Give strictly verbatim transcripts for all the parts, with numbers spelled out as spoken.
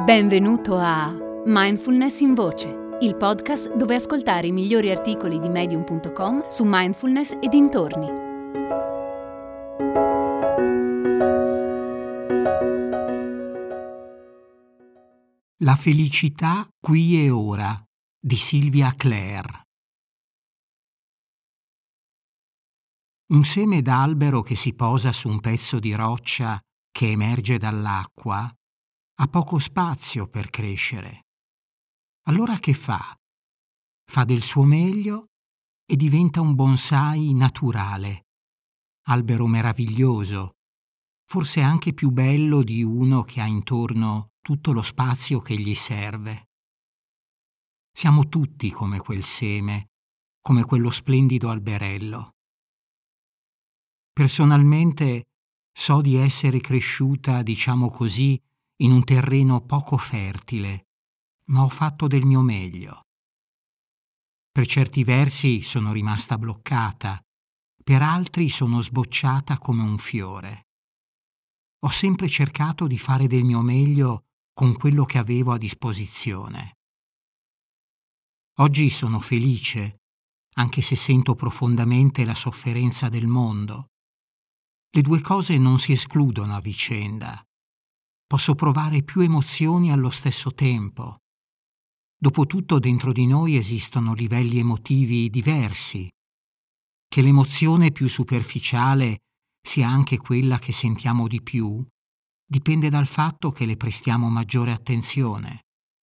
Benvenuto a Mindfulness in Voce, il podcast dove ascoltare i migliori articoli di medium punto com su mindfulness e dintorni. La felicità qui e ora di Sylvia Clare. Un seme d'albero che si posa su un pezzo di roccia che emerge dall'acqua ha poco spazio per crescere. Allora che fa? Fa del suo meglio e diventa un bonsai naturale, albero meraviglioso, forse anche più bello di uno che ha intorno tutto lo spazio che gli serve. Siamo tutti come quel seme, come quello splendido alberello. Personalmente so di essere cresciuta, diciamo così, in un terreno poco fertile, ma ho fatto del mio meglio. Per certi versi sono rimasta bloccata, per altri sono sbocciata come un fiore. Ho sempre cercato di fare del mio meglio con quello che avevo a disposizione. Oggi sono felice, anche se sento profondamente la sofferenza del mondo. Le due cose non si escludono a vicenda. Posso provare più emozioni allo stesso tempo. Dopotutto dentro di noi esistono livelli emotivi diversi. Che l'emozione più superficiale sia anche quella che sentiamo di più, dipende dal fatto che le prestiamo maggiore attenzione.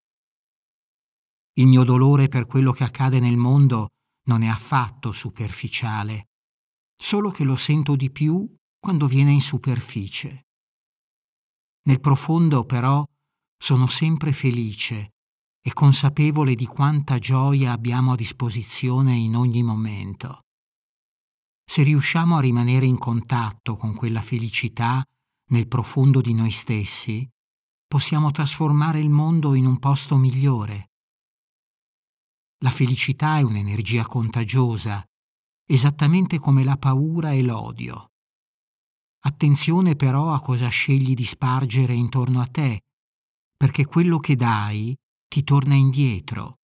Il mio dolore per quello che accade nel mondo non è affatto superficiale, solo che lo sento di più quando viene in superficie. Nel profondo, però, sono sempre felice e consapevole di quanta gioia abbiamo a disposizione in ogni momento. Se riusciamo a rimanere in contatto con quella felicità nel profondo di noi stessi, possiamo trasformare il mondo in un posto migliore. La felicità è un'energia contagiosa, esattamente come la paura e l'odio. Attenzione però a cosa scegli di spargere intorno a te, perché quello che dai ti torna indietro.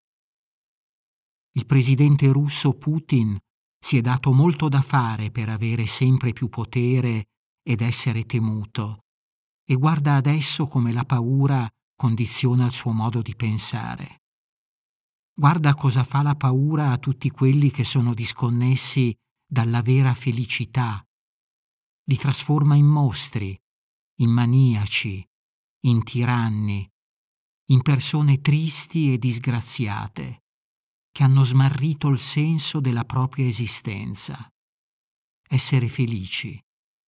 Il presidente russo Putin si è dato molto da fare per avere sempre più potere ed essere temuto, e guarda adesso come la paura condiziona il suo modo di pensare. Guarda cosa fa la paura a tutti quelli che sono disconnessi dalla vera felicità. Li trasforma in mostri, in maniaci, in tiranni, in persone tristi e disgraziate, che hanno smarrito il senso della propria esistenza. Essere felici.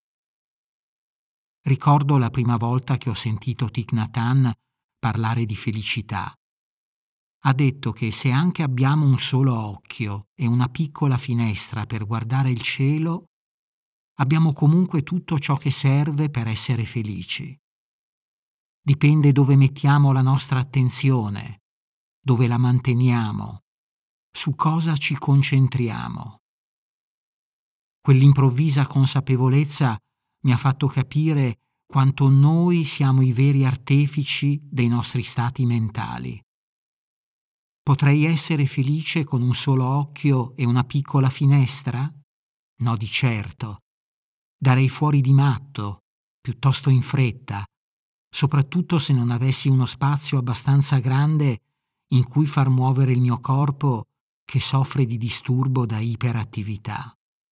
Ricordo la prima volta che ho sentito Thich Nhat Hanh parlare di felicità. Ha detto che se anche abbiamo un solo occhio e una piccola finestra per guardare il cielo, abbiamo comunque tutto ciò che serve per essere felici. Dipende dove mettiamo la nostra attenzione, dove la manteniamo, su cosa ci concentriamo. Quell'improvvisa consapevolezza mi ha fatto capire quanto noi siamo i veri artefici dei nostri stati mentali. Potrei essere felice con un solo occhio e una piccola finestra? No, di certo. Darei fuori di matto, piuttosto in fretta, soprattutto se non avessi uno spazio abbastanza grande in cui far muovere il mio corpo che soffre di disturbo da iperattività.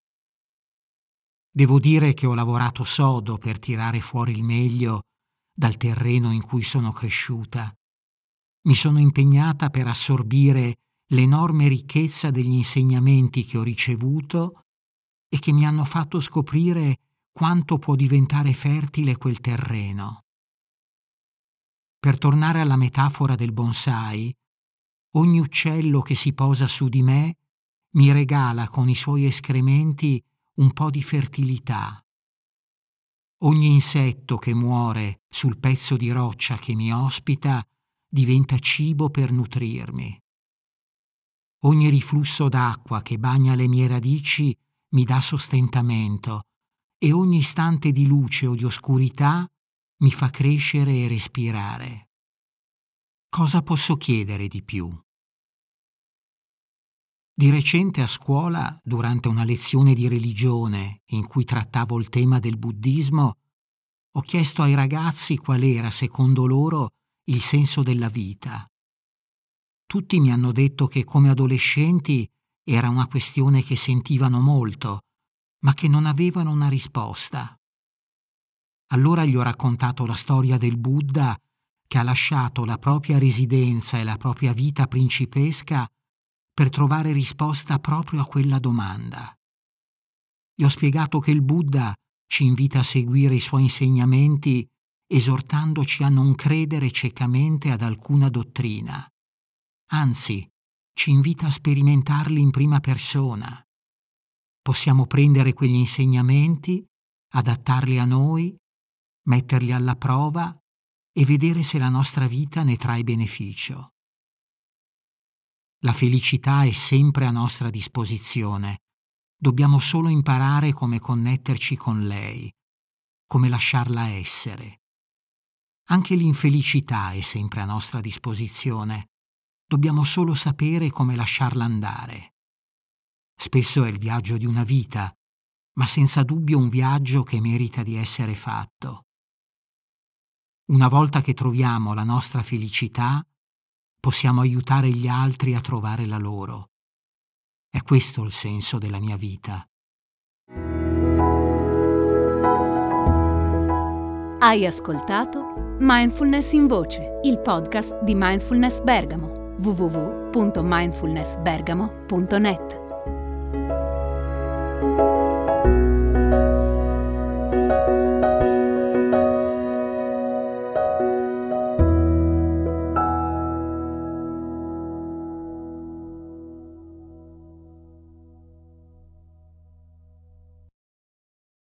Devo dire che ho lavorato sodo per tirare fuori il meglio dal terreno in cui sono cresciuta. Mi sono impegnata per assorbire l'enorme ricchezza degli insegnamenti che ho ricevuto e che mi hanno fatto scoprire quanto può diventare fertile quel terreno. Per tornare alla metafora del bonsai, ogni uccello che si posa su di me mi regala con i suoi escrementi un po' di fertilità. Ogni insetto che muore sul pezzo di roccia che mi ospita diventa cibo per nutrirmi. Ogni riflusso d'acqua che bagna le mie radici mi dà sostentamento e ogni istante di luce o di oscurità mi fa crescere e respirare. Cosa posso chiedere di più? Di recente a scuola, durante una lezione di religione in cui trattavo il tema del buddismo, ho chiesto ai ragazzi qual era, secondo loro, il senso della vita. Tutti mi hanno detto che come adolescenti era una questione che sentivano molto, ma che non avevano una risposta. Allora gli ho raccontato la storia del Buddha che ha lasciato la propria residenza e la propria vita principesca per trovare risposta proprio a quella domanda. Gli ho spiegato che il Buddha ci invita a seguire i suoi insegnamenti esortandoci a non credere ciecamente ad alcuna dottrina. Anzi, ci invita a sperimentarli in prima persona. Possiamo prendere quegli insegnamenti, adattarli a noi, metterli alla prova e vedere se la nostra vita ne trae beneficio. La felicità è sempre a nostra disposizione. Dobbiamo solo imparare come connetterci con lei, come lasciarla essere. Anche l'infelicità è sempre a nostra disposizione. Dobbiamo solo sapere come lasciarla andare. Spesso è il viaggio di una vita, ma senza dubbio un viaggio che merita di essere fatto. Una volta che troviamo la nostra felicità, possiamo aiutare gli altri a trovare la loro. È questo il senso della mia vita. Hai ascoltato Mindfulness in Voce, il podcast di Mindfulness Bergamo, w w w punto mindfulness bergamo punto net.